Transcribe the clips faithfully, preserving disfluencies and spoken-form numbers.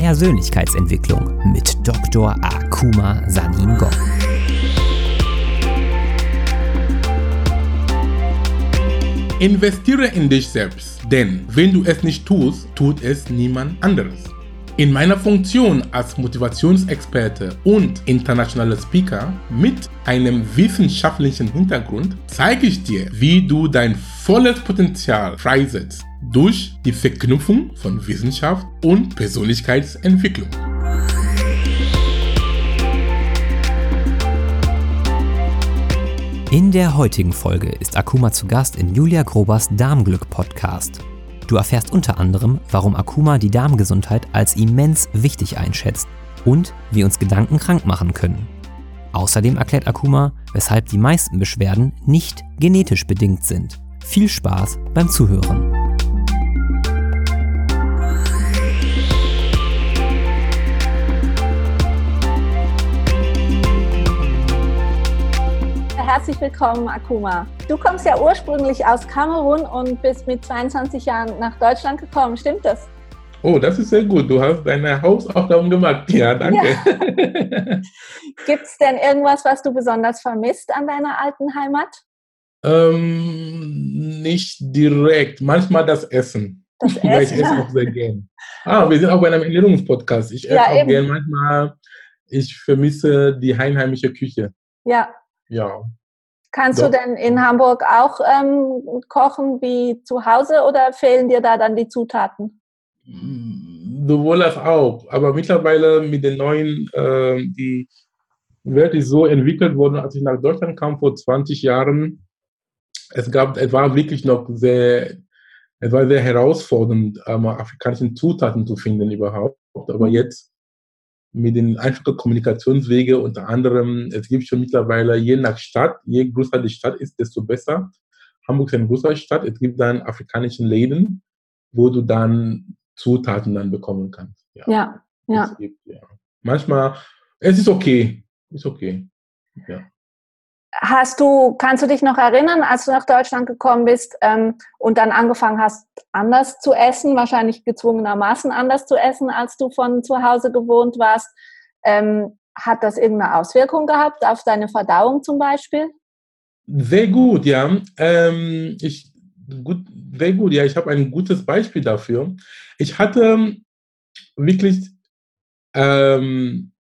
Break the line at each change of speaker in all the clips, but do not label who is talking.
Persönlichkeitsentwicklung mit Doktor Akuma Saningong.
Investiere in dich selbst, denn wenn du es nicht tust, tut es niemand anderes. In meiner Funktion als Motivationsexperte und internationaler Speaker mit einem wissenschaftlichen Hintergrund zeige ich dir, wie du dein volles Potenzial freisetzt durch die Verknüpfung von Wissenschaft und Persönlichkeitsentwicklung.
In der heutigen Folge ist Akuma zu Gast in Julia Grobers Darmglück-Podcast. Du erfährst unter anderem, warum Akuma die Darmgesundheit als immens wichtig einschätzt und wie uns Gedanken krank machen können. Außerdem erklärt Akuma, weshalb die meisten Beschwerden nicht genetisch bedingt sind. Viel Spaß beim Zuhören.
Herzlich willkommen, Akuma. Du kommst ja ursprünglich aus Kamerun und bist mit zweiundzwanzig Jahren nach Deutschland gekommen, stimmt das?
Oh, das ist sehr gut. Du hast deine Hausaufgaben gemacht. Ja, danke. Ja.
Gibt es denn irgendwas, was du besonders vermisst an deiner alten Heimat?
Ähm, nicht direkt. Manchmal das Essen.
Das Essen?
Weil ich esse auch sehr gern. Ah, wir sind auch bei einem Ernährungspodcast. Ich esse ja, auch eben. gern manchmal. Ich vermisse die einheimische Küche.
Ja.
Ja.
Kannst
Doch.
du denn in Hamburg auch ähm, kochen wie zu Hause oder fehlen dir da dann die Zutaten?
Sowohl als auch. Aber mittlerweile mit den neuen, äh, die Welt ist so entwickelt worden, als ich nach Deutschland kam vor zwanzig Jahren. Es gab, es war wirklich noch sehr, es war sehr herausfordernd, ähm, afrikanische Zutaten zu finden überhaupt. Aber jetzt mit den einfachen Kommunikationswegen, unter anderem, es gibt schon mittlerweile, je nach Stadt, je größer die Stadt ist, desto besser. Hamburg ist eine große Stadt, es gibt dann afrikanische Läden, wo du dann Zutaten dann bekommen kannst.
Ja, ja. ja.
Gibt, ja. Manchmal, es ist okay, ist okay, ja.
Hast du, kannst du dich noch erinnern, als du nach Deutschland gekommen bist ähm, und dann angefangen hast, anders zu essen, wahrscheinlich gezwungenermaßen anders zu essen, als du von zu Hause gewohnt warst? Ähm, hat das irgendeine Auswirkung gehabt auf deine Verdauung zum Beispiel?
Sehr gut, ja. Ähm, ich, gut, sehr gut, ja. Ich habe ein gutes Beispiel dafür. Ich hatte wirklich ähm,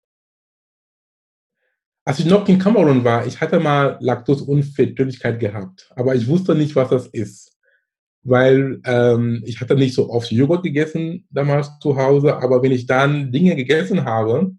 Als ich noch in Kamerun war, ich hatte mal Laktoseunverträglichkeit gehabt, aber ich wusste nicht, was das ist, weil ähm, ich hatte nicht so oft Joghurt gegessen damals zu Hause, aber wenn ich dann Dinge gegessen habe,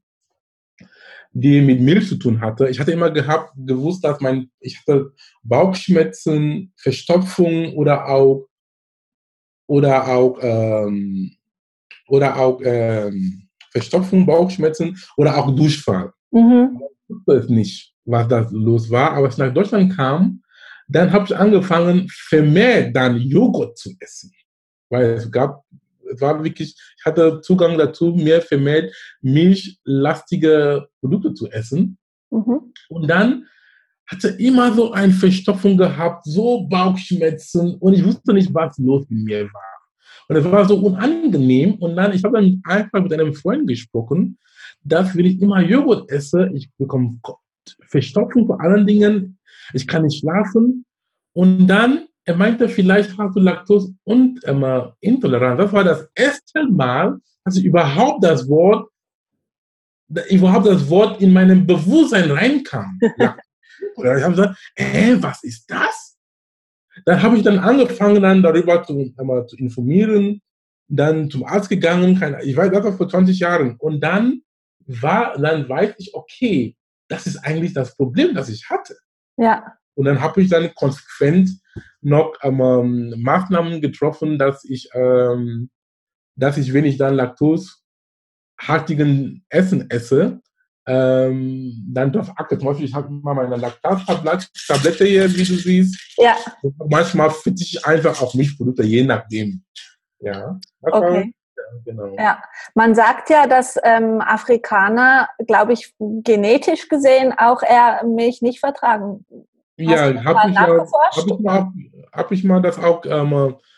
die mit Milch zu tun hatte, ich hatte immer gehabt, gewusst, dass mein, ich hatte Bauchschmerzen, Verstopfung oder auch oder auch ähm, oder auch ähm, Verstopfung, Bauchschmerzen oder auch Durchfall.
Mhm.
Ich wusste es nicht, was da los war, aber als ich nach Deutschland kam, dann habe ich angefangen, vermehrt dann Joghurt zu essen. Weil es gab, es war wirklich, ich hatte Zugang dazu, mehr vermehrt milchlastige Produkte zu essen.
Mhm.
Und dann hatte immer so eine Verstopfung gehabt, so Bauchschmerzen und ich wusste nicht, was los mit mir war. Und es war so unangenehm und dann, ich habe dann einfach mit einem Freund gesprochen, dass wenn ich immer Joghurt esse, ich bekomme Verstopfung vor allen Dingen, ich kann nicht schlafen. Und dann, er meinte, vielleicht hast du Laktose und äh, Intoleranz. Das war das erste Mal, dass ich überhaupt das Wort, überhaupt das Wort in meinem Bewusstsein reinkam. Ja. Oder ich habe gesagt, äh, was ist das? Dann habe ich dann angefangen, dann darüber zu, äh, zu informieren, dann zum Arzt gegangen, keine, ich weiß, das war vor zwanzig Jahren. Und dann war, dann weiß ich, okay, das ist eigentlich das Problem, das ich hatte.
Ja.
Und dann habe ich dann konsequent noch ähm, Maßnahmen getroffen, dass ich, ähm, dass ich, wenn ich dann laktosehaltigen Essen esse, ähm, dann darauf achte. Zum Beispiel, ich habe immer meine Laktat-Tablette hier, wie du siehst.
Ja.
Und manchmal verzichte ich einfach auf Milchprodukte, je nachdem. Ja.
Okay.
Genau.
Ja, man sagt ja, dass ähm, Afrikaner, glaube ich, genetisch gesehen auch eher Milch nicht vertragen.
Ja, habe ich, ja, hab ich, mal, hab ich mal das auch ähm,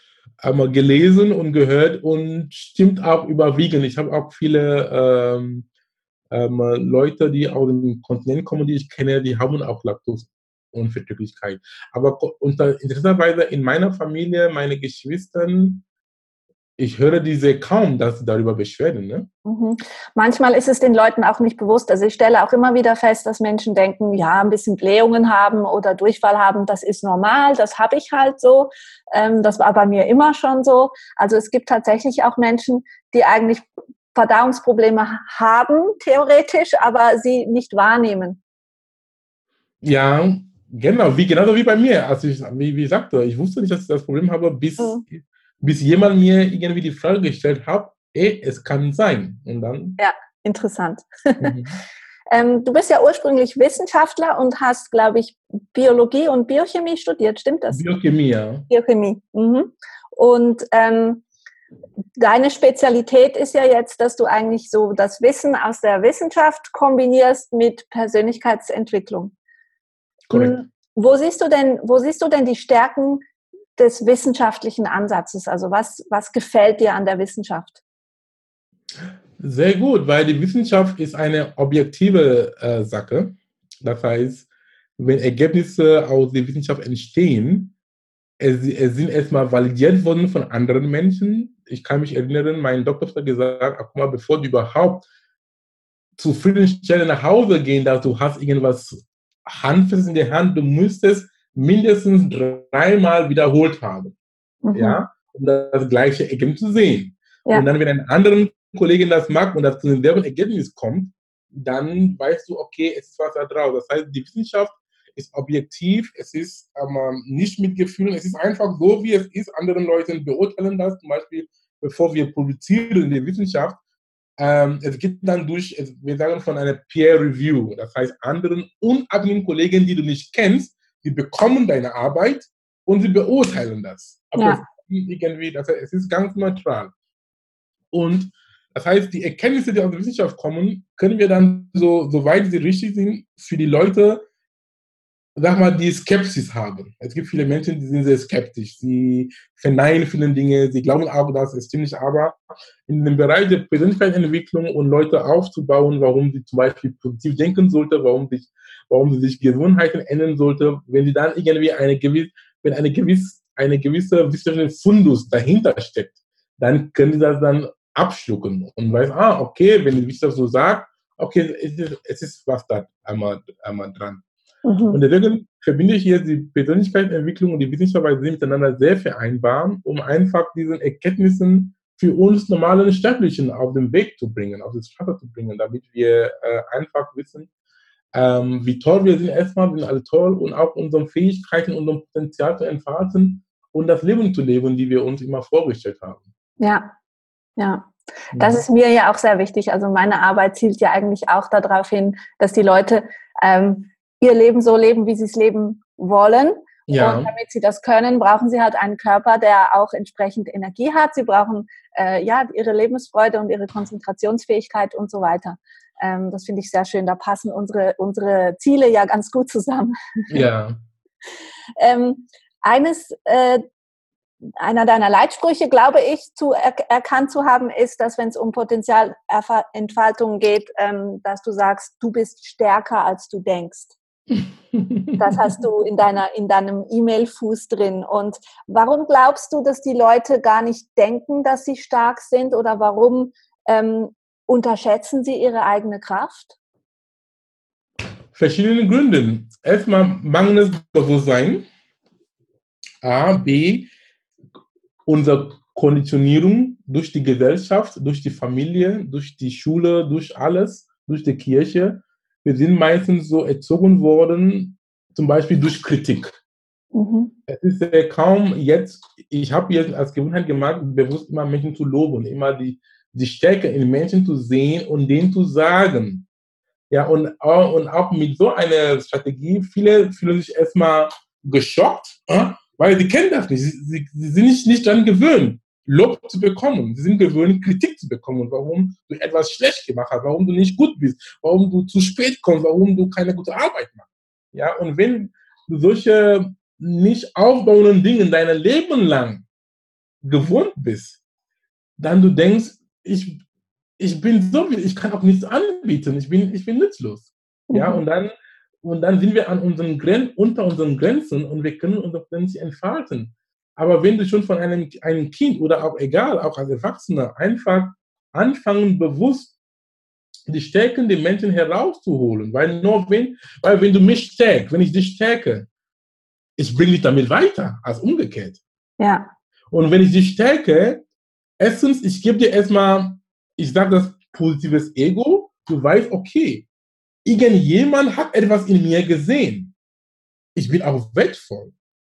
einmal gelesen und gehört und stimmt auch überwiegend. Ich habe auch viele ähm, ähm, Leute, die aus dem Kontinent kommen, die ich kenne, die haben auch Laktoseunverträglichkeit. Aber ko- unter, interessanterweise in meiner Familie, meine Geschwister, ich höre diese kaum, dass sie darüber beschweren. Ne?
Mhm. Manchmal ist es den Leuten auch nicht bewusst. Also ich stelle auch immer wieder fest, dass Menschen denken, ja, ein bisschen Blähungen haben oder Durchfall haben, das ist normal, das habe ich halt so. Ähm, das war bei mir immer schon so. Also es gibt tatsächlich auch Menschen, die eigentlich Verdauungsprobleme haben, theoretisch, aber sie nicht wahrnehmen.
Ja, genau, wie, genauso wie bei mir. Also ich, wie, wie ich sagte, ich wusste nicht, dass ich das Problem habe, bis,
Mhm.
bis jemand mir irgendwie die Frage gestellt hat, ey, es kann sein. Und dann.
Ja, interessant.
Mhm.
ähm, du bist ja ursprünglich Wissenschaftler und hast, glaube ich, Biologie und Biochemie studiert, stimmt das?
Biochemie, ja.
Biochemie. Mhm. Und ähm, deine Spezialität ist ja jetzt, dass du eigentlich so das Wissen aus der Wissenschaft kombinierst mit Persönlichkeitsentwicklung.
Korrekt.
Hm, Wo siehst du denn, wo siehst du denn die Stärken des wissenschaftlichen Ansatzes? Also was, was gefällt dir an der Wissenschaft?
Sehr gut, weil die Wissenschaft ist eine objektive äh, Sache. Das heißt, wenn Ergebnisse aus der Wissenschaft entstehen, es, es sind erstmal validiert worden von anderen Menschen. Ich kann mich erinnern, mein Doktor hat gesagt, ach, guck mal, bevor du überhaupt zufriedenstellend nach Hause gehen darfst, du hast irgendwas Handfestes in der Hand, du müsstest mindestens dreimal wiederholt haben,
Mhm.
ja, um das gleiche Ergebnis zu sehen.
Ja.
Und dann, wenn ein anderer Kollegin das mag und das zu demselben Ergebnis kommt, dann weißt du, okay, es ist was da drauf. Das heißt, die Wissenschaft ist objektiv, es ist ähm, nicht mit Gefühlen, es ist einfach so, wie es ist. Anderen Leuten beurteilen das, zum Beispiel, bevor wir publizieren in der Wissenschaft. Ähm, es geht dann durch, wir sagen von einer Peer Review, das heißt, anderen unabhängigen Kollegen, die du nicht kennst, die bekommen deine Arbeit und sie beurteilen das. Aber
Ja.
das ist irgendwie, das heißt, es ist ganz neutral. Und das heißt, die Erkenntnisse, die aus der Wissenschaft kommen, können wir dann, so, soweit sie richtig sind, für die Leute, sag mal, die Skepsis haben. Es gibt viele Menschen, die sind sehr skeptisch. Sie verneinen viele Dinge, sie glauben auch, dass es stimmt nicht, aber in dem Bereich der Persönlichkeitsentwicklung und Leute aufzubauen, warum sie zum Beispiel positiv denken sollte, warum, sich, warum sie sich Gewohnheiten ändern sollte, wenn sie dann irgendwie eine gewisse, wenn eine gewisse, eine gewisse wissenschaftliche Fundus dahinter steckt, dann können sie das dann abschlucken und weiß, ah, okay, wenn die Wissenschaft so sagt, okay, es ist, es ist was da einmal, einmal dran.
Mhm.
Und deswegen verbinde ich jetzt die Persönlichkeitsentwicklung und die Wissenschaft, weil sie miteinander sehr vereinbaren, um einfach diesen Erkenntnissen für uns normalen Sterblichen auf den Weg zu bringen, auf die Straße zu bringen, damit wir äh, einfach wissen, ähm, wie toll wir sind erstmal, wir sind alle toll und auch unsere Fähigkeiten, unser Potenzial zu entfalten und das Leben zu leben, die wir uns immer vorgestellt haben.
Ja, ja. Das ist mir ja auch sehr wichtig. Also meine Arbeit zielt ja eigentlich auch darauf hin, dass die Leute ähm, ihr Leben so leben, wie sie es leben wollen.
Ja.
Und damit sie das können, brauchen sie halt einen Körper, der auch entsprechend Energie hat. Sie brauchen äh, ja ihre Lebensfreude und ihre Konzentrationsfähigkeit und so weiter. Ähm, das finde ich sehr schön. Da passen unsere, unsere Ziele ja ganz gut zusammen.
Ja.
ähm, eines äh, Einer deiner Leitsprüche, glaube ich, zu er, erkannt zu haben, ist, dass wenn es um Potenzialentfaltung geht, ähm, dass du sagst, du bist stärker, als du denkst. Das hast du in, deiner, in deinem E-Mail-Fuß drin. Und warum glaubst du, dass die Leute gar nicht denken, dass sie stark sind? Oder warum ähm, unterschätzen sie ihre eigene Kraft?
Verschiedene Gründe. Erstmal mangelndes Bewusstsein. A, B, unsere Konditionierung durch die Gesellschaft, durch die Familie, durch die Schule, durch alles, durch die Kirche. Wir sind meistens so erzogen worden, zum Beispiel durch Kritik. Mhm. Es ist äh, kaum jetzt, ich habe jetzt als Gewohnheit gemacht, bewusst immer Menschen zu loben, immer die, die Stärke in Menschen zu sehen und denen zu sagen. Ja, und, und auch mit so einer Strategie, viele fühlen sich erstmal geschockt, äh? Weil sie kennen das nicht. Sie, sie, sie sind nicht, nicht daran gewöhnt, Lob zu bekommen. Sie sind gewöhnt, Kritik zu bekommen, warum du etwas schlecht gemacht hast, warum du nicht gut bist, warum du zu spät kommst, warum du keine gute Arbeit machst. Ja, und wenn du solche nicht aufbauenden Dinge dein Leben lang gewohnt bist, dann du denkst, ich, ich bin so, ich kann auch nichts anbieten, ich bin, ich bin nutzlos. Mhm. Ja, und dann, und dann sind wir an unseren Gren unter unseren Grenzen und wir können unsere Grenzen entfalten. Aber wenn du schon von einem, einem Kind oder auch egal, auch als Erwachsener, einfach anfangen, bewusst die Stärken der Menschen herauszuholen, weil nur wenn, weil wenn du mich stärkst, wenn ich dich stärke, ich bringe dich damit weiter, als umgekehrt.
Ja.
Und wenn ich dich stärke, erstens, ich gebe dir erstmal, ich sage das positives Ego, du weißt, okay, irgendjemand hat etwas in mir gesehen. Ich bin auch wertvoll.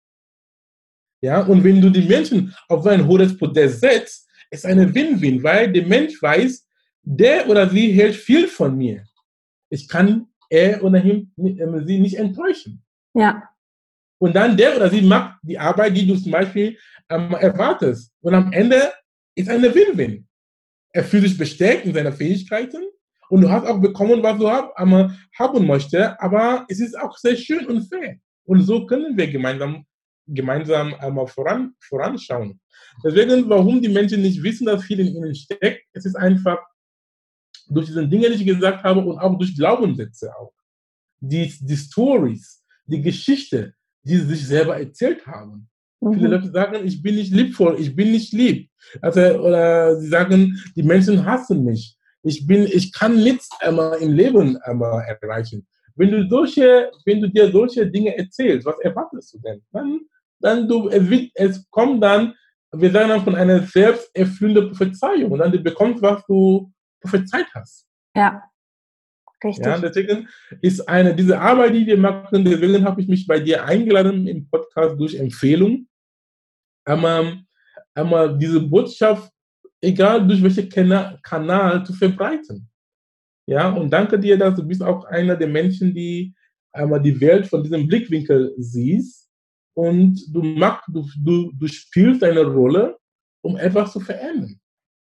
Ja, und wenn du die Menschen auf so ein hohes Podest setzt, ist eine Win-Win, weil der Mensch weiß, der oder sie hält viel von mir. Ich kann er oder ihn, sie nicht enttäuschen.
Ja.
Und dann der oder sie macht die Arbeit, die du zum Beispiel ähm, erwartest. Und am Ende ist eine Win-Win. Er fühlt sich bestärkt in seinen Fähigkeiten und du hast auch bekommen, was du hab, ähm, haben möchtest, aber es ist auch sehr schön und fair. Und so können wir gemeinsam, gemeinsam ähm, voran, voranschauen. Deswegen, warum die Menschen nicht wissen, dass viel in ihnen steckt, es ist einfach durch diese Dinge, die ich gesagt habe und auch durch Glaubenssätze auch. Die, die Stories, die Geschichte, die sie sich selber erzählt haben. Mhm. Viele Leute sagen, ich bin nicht liebvoll, ich bin nicht lieb. Also, oder sie sagen, die Menschen hassen mich. Ich, bin, ich kann nichts einmal im Leben einmal erreichen. Wenn du, solche, wenn du dir solche Dinge erzählst, was erwartest du denn? Dann, dann du, es, wird, es kommt dann, wir sagen dann von einer selbsterfüllenden Prophezeiung und dann du bekommst, was du prophezeit hast.
Ja. Richtig.
Ja, deswegen ist eine, diese Arbeit, die wir machen, deswegen habe ich mich bei dir eingeladen im Podcast durch Empfehlung, einmal, einmal diese Botschaft, egal durch welchen Kanal, Kanal, zu verbreiten. Ja, und danke dir, dass du bist auch einer der Menschen, die einmal die Welt von diesem Blickwinkel siehst und du machst, du, du, du spielst eine Rolle, um etwas zu verändern.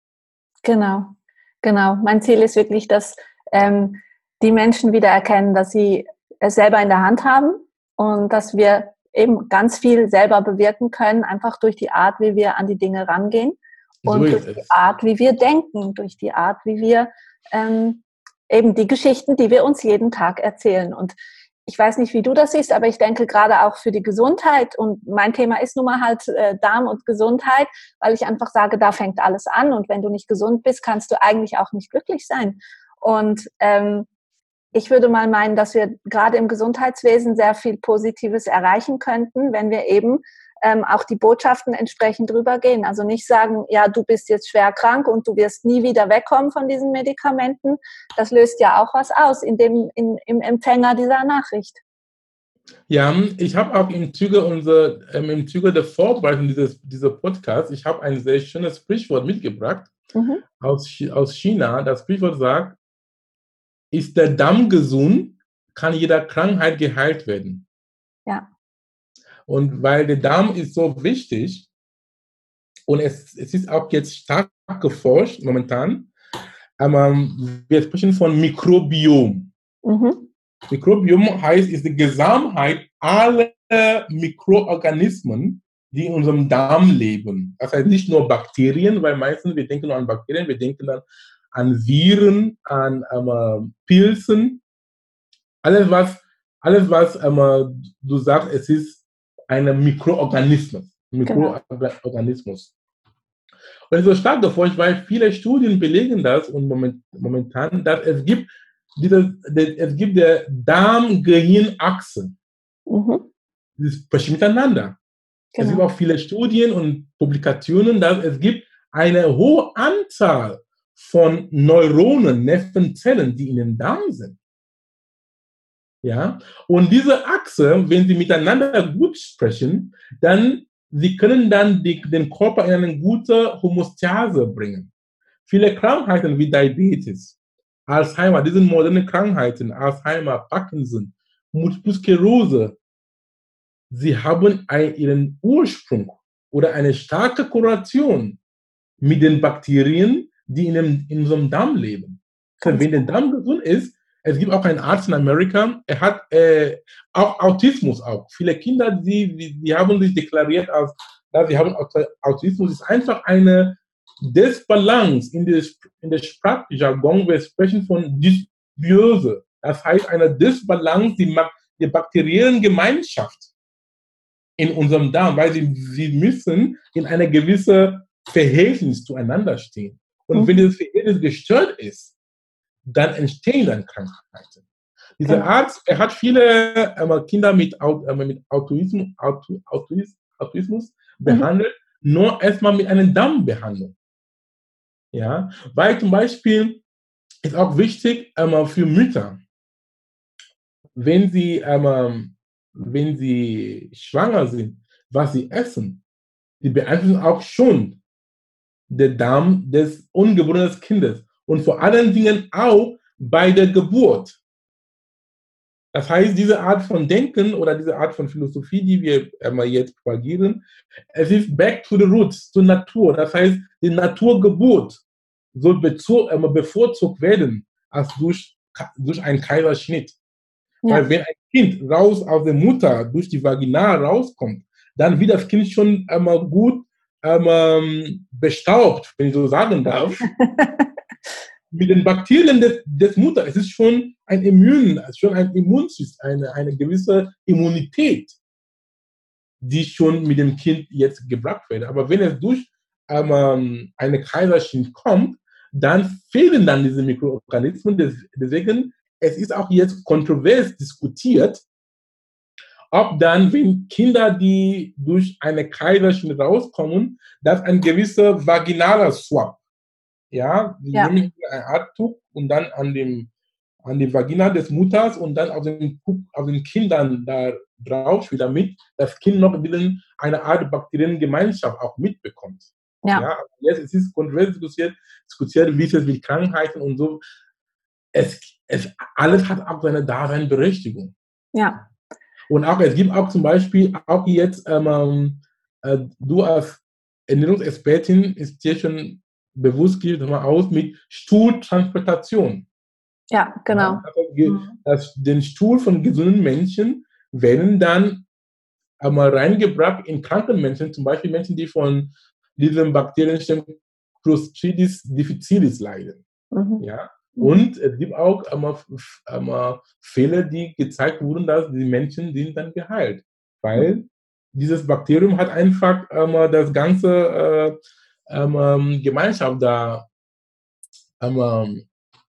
Genau, genau. Mein Ziel ist wirklich, dass ähm, die Menschen wieder erkennen, dass sie es selber in der Hand haben und dass wir eben ganz viel selber bewirken können, einfach durch die Art, wie wir an die Dinge rangehen und so durch die Art, wie wir denken, durch die Art, wie wir ähm, eben die Geschichten, die wir uns jeden Tag erzählen. Und ich weiß nicht, wie du das siehst, aber ich denke gerade auch für die Gesundheit und mein Thema ist nun mal halt äh, Darm und Gesundheit, weil ich einfach sage, da fängt alles an und wenn du nicht gesund bist, kannst du eigentlich auch nicht glücklich sein. Und ähm, ich würde mal meinen, dass wir gerade im Gesundheitswesen sehr viel Positives erreichen könnten, wenn wir eben ähm, auch die Botschaften entsprechend drüber gehen. Also nicht sagen, ja, du bist jetzt schwer krank und du wirst nie wieder wegkommen von diesen Medikamenten. Das löst ja auch was aus in dem, in, im Empfänger dieser Nachricht.
Ja, ich habe auch im Zuge, unser, ähm, im Zuge der Vorbereitung dieses, dieser Podcast, ich habe ein sehr schönes Sprichwort mitgebracht mhm. aus, aus China. Das Sprichwort sagt, ist der Darm gesund, kann jeder Krankheit geheilt werden.
Ja.
Und weil der Darm ist so wichtig und es, es ist auch jetzt stark geforscht momentan, aber wir sprechen von Mikrobiom. Mhm. Mikrobiom heißt, ist die Gesamtheit aller Mikroorganismen, die in unserem Darm leben. Das heißt nicht nur Bakterien, weil meistens wir denken nur an Bakterien, wir denken dann an Viren, an ähm, Pilzen, alles was, alles was ähm, du sagst, es ist ein Mikroorganismus. Mikroorganismus. Genau. Und es ist so stark geforscht, weil viele Studien belegen das und moment, momentan, dass es gibt diese, es gibt der Darm-Gehirn-Achse. Mhm. Das sprechen miteinander. Genau. Es gibt auch viele Studien und Publikationen, dass es gibt eine hohe Anzahl von Neuronen, Nervenzellen, die in den Darm sind. Ja? Und diese Achse, wenn sie miteinander gut sprechen, dann sie können dann die, den Körper in eine gute Homöostase bringen. Viele Krankheiten wie Diabetes, Alzheimer, diese modernen Krankheiten, Alzheimer, Parkinson, Multiple Sklerose, sie haben einen, ihren Ursprung oder eine starke Korrelation mit den Bakterien, die in, dem, in unserem Darm leben. Also wenn der Darm gesund ist, es gibt auch einen Arzt in Amerika, er hat äh, auch Autismus auch. Viele Kinder, die, die, die haben sich deklariert als dass sie haben Autismus, ist einfach eine Disbalance in der, in der Sprachjargon. Wir sprechen von Dysbiose. Das heißt eine Disbalance, die, die bakteriellen Gemeinschaft in unserem Darm, weil sie, sie müssen in einer gewissen Verhältnis zueinander stehen. Und mhm. wenn das Verhältnis gestört ist, dann entstehen dann Krankheiten. Dieser genau. Arzt, er hat viele äh, Kinder mit, äh, mit Autismus, Autismus, Autismus mhm. behandelt, nur erstmal mit einer Darmbehandlung. Ja, weil zum Beispiel ist auch wichtig äh, für Mütter, wenn sie, äh, wenn sie schwanger sind, was sie essen, die beeinflussen auch schon den Darm des ungeborenen Kindes und vor allen Dingen auch bei der Geburt. Das heißt, diese Art von Denken oder diese Art von Philosophie, die wir äh, jetzt propagieren, es ist back to the roots, zur Natur. Das heißt, die Naturgeburt soll bezug, äh, bevorzugt werden als durch, durch einen Kaiserschnitt. Ja. Weil wenn ein Kind raus aus der Mutter durch die Vagina rauskommt, dann wird das Kind schon einmal gut ähm, bestaubt, wenn ich so sagen darf. Mit den Bakterien des, des Mutter. Es ist schon ein Immun, schon ein Immunsystem, eine, eine gewisse Immunität, die schon mit dem Kind jetzt gebracht wird. Aber wenn es durch ähm, eine Kaiserschnitt kommt, dann fehlen dann diese Mikroorganismen. Deswegen, es ist auch jetzt kontrovers diskutiert, ob dann, wenn Kinder, die durch eine Kaiserschnitt rauskommen, dass ein gewisser vaginaler Swab, ja, die ja. nehmen eine Art Tuch und dann an, dem, an die Vagina des Mutters und dann auf den, auf den Kindern da drauf wieder mit, das Kind noch eine Art Bakteriengemeinschaft auch mitbekommt. Ja. Ja, jetzt es ist kontrovers diskutiert, diskutiert, wie es mit Krankheiten und so. Es, es, alles hat auch seine Daseinsberechtigung.
Ja.
Und auch, es gibt auch zum Beispiel, auch jetzt, ähm, äh, du als Ernährungsexpertin ist dir schon bewusst, geht mal aus mit Stuhltransplantation.
Ja, genau.
Also, das, den Stuhl von gesunden Menschen werden dann einmal reingebracht in kranken Menschen, zum Beispiel Menschen, die von diesem Bakterienstamm Clostridium difficile leiden. Mhm. Ja? Und es gibt auch einmal, einmal Fälle, die gezeigt wurden, dass die Menschen sind dann geheilt. Weil mhm. dieses Bakterium hat einfach einmal das ganze äh, ähm, Gemeinschaft da ähm,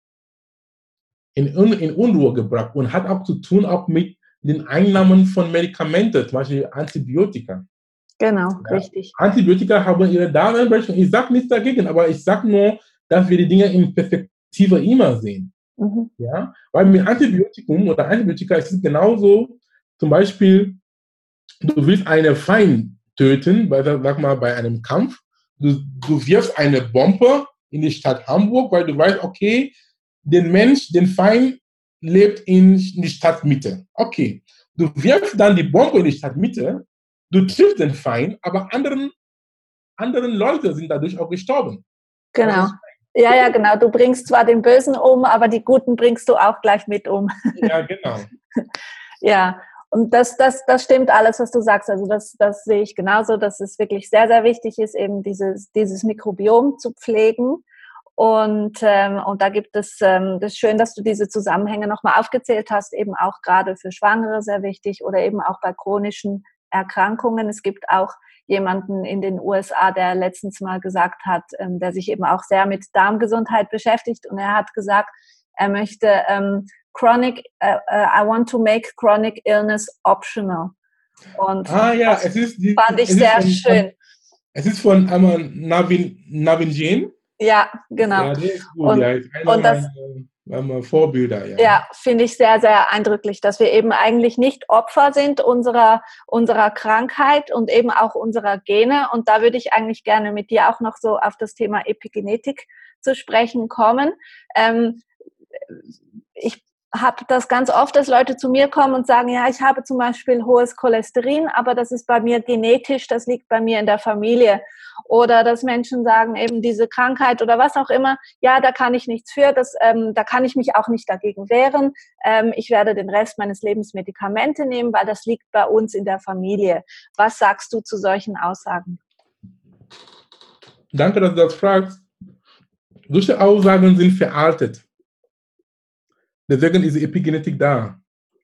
in, in Unruhe gebracht und hat auch zu tun auch mit den Einnahmen von Medikamenten, zum Beispiel Antibiotika.
Genau,
ja.
richtig.
Antibiotika haben ihre Daseinsberechtigung. Ich sage nichts dagegen, aber ich sage nur, dass wir die Dinge in Perspektive immer sehen. Mhm. Ja? Weil mit Antibiotikum oder Antibiotika ist es genauso, zum Beispiel, du willst einen Feind töten, bei, sag mal, bei einem Kampf. Du, du wirfst eine Bombe in die Stadt Hamburg, weil du weißt, okay, der Mensch, den Feind, lebt in, in die Stadtmitte. Okay, du wirfst dann die Bombe in die Stadtmitte, du triffst den Feind, aber anderen, anderen Leute sind dadurch auch gestorben.
Genau. Ja, ja, genau. Du bringst zwar den Bösen um, aber die Guten bringst du auch gleich mit um.
Ja, genau.
Ja. Und das, das, das stimmt alles, was du sagst. Also das, das sehe ich genauso, dass es wirklich sehr, sehr wichtig ist, eben dieses, dieses Mikrobiom zu pflegen. Und, ähm, und da gibt es, ähm, das ist schön, dass du diese Zusammenhänge nochmal aufgezählt hast, eben auch gerade für Schwangere sehr wichtig oder eben auch bei chronischen Erkrankungen. Es gibt auch jemanden in den U S A, der letztens mal gesagt hat, ähm, der sich eben auch sehr mit Darmgesundheit beschäftigt, und er hat gesagt, er möchte ähm, Chronic, uh, uh, I want to make chronic illness optional. Und
ah ja, es ist die,
fand ich
es
sehr
ist von,
schön.
Es ist von ähm, Navin, Navin Jain.
Ja, genau.
Ja, der ist gut,
und,
ja, ist einer
und das,
meiner, meiner Vorbilder. Ja,
ja, finde ich sehr, sehr eindrücklich, dass wir eben eigentlich nicht Opfer sind unserer, unserer Krankheit und eben auch unserer Gene. Und da würde ich eigentlich gerne mit dir auch noch so auf das Thema Epigenetik zu sprechen kommen. Ähm, ich habe das ganz oft, dass Leute zu mir kommen und sagen, ja, ich habe zum Beispiel hohes Cholesterin, aber das ist bei mir genetisch, das liegt bei mir in der Familie. Oder dass Menschen sagen, eben diese Krankheit oder was auch immer, ja, da kann ich nichts für, das, ähm, da kann ich mich auch nicht dagegen wehren. Ähm, ich werde den Rest meines Lebens Medikamente nehmen, weil das liegt bei uns in der Familie. Was sagst du zu solchen Aussagen?
Danke, dass du das fragst. Solche Aussagen sind veraltet. Deswegen ist die Epigenetik da.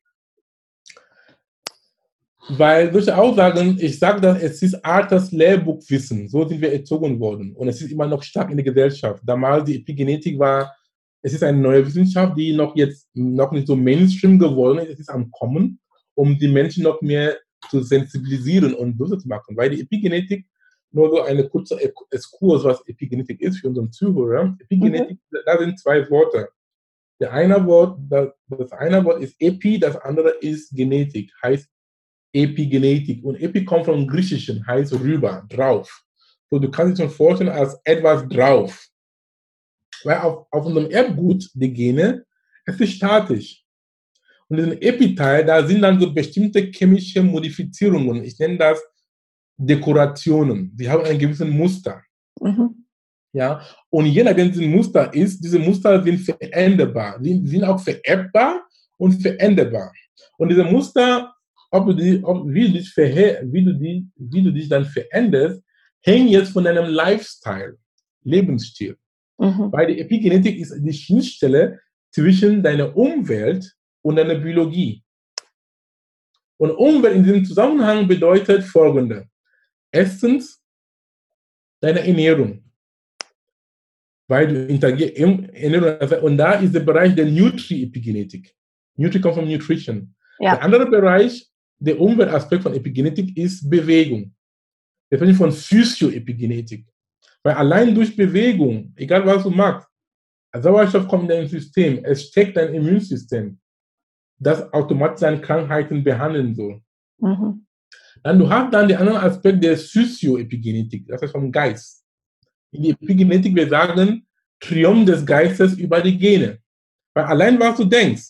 Weil solche Aussagen, ich sage das, es ist altes Lehrbuchwissen. So sind wir erzogen worden. Und es ist immer noch stark in der Gesellschaft. Damals die Epigenetik war, es ist eine neue Wissenschaft, die noch jetzt noch nicht so Mainstream geworden ist. Es ist am Kommen, um die Menschen noch mehr zu sensibilisieren und böse zu machen. Weil die Epigenetik, nur so eine kurze Exkurs, was Epigenetik ist für unseren Zuhörer. Epigenetik, mhm. da sind zwei Worte. Der eine Wort, das, das eine Wort ist Epi, das andere ist Genetik, heißt Epigenetik. Und Epi kommt vom Griechischen, heißt rüber, drauf. So, du kannst dich schon vorstellen als etwas drauf. Weil auf, auf unserem Erbgut, die Gene, es ist statisch. Und in diesem Epi-Teil, da sind dann so bestimmte chemische Modifizierungen. Ich nenne das Dekorationen. Sie haben ein gewisses Muster. Mhm. Ja, und je nachdem, wie ein Muster ist, diese Muster sind veränderbar. Sie sind auch vererbbar und veränderbar. Und diese Muster, ob du die, ob, wie, du dich verhe, wie, du die, wie du dich dann veränderst, hängen jetzt von deinem Lifestyle, Lebensstil. Mhm. Weil die Epigenetik ist die Schnittstelle zwischen deiner Umwelt und deiner Biologie. Und Umwelt in diesem Zusammenhang bedeutet Folgendes. Erstens, deine Ernährung. Weil du interagierst. Und da ist der Bereich der Nutri-Epigenetik. Nutri kommt von Nutrition. Ja. Der andere Bereich, der Umweltaspekt von Epigenetik, ist Bewegung. Wir sprechen von Physio-Epigenetik. Weil allein durch Bewegung, egal was du machst, Sauerstoff kommt in dein System, es steckt dein Immunsystem, das automatisch deine Krankheiten behandeln soll. Mhm. Dann du hast dann den anderen Aspekt der Physio-Epigenetik, das heißt vom Geist. In der Epigenetik, wir sagen, Triumph des Geistes über die Gene. Weil allein was du denkst,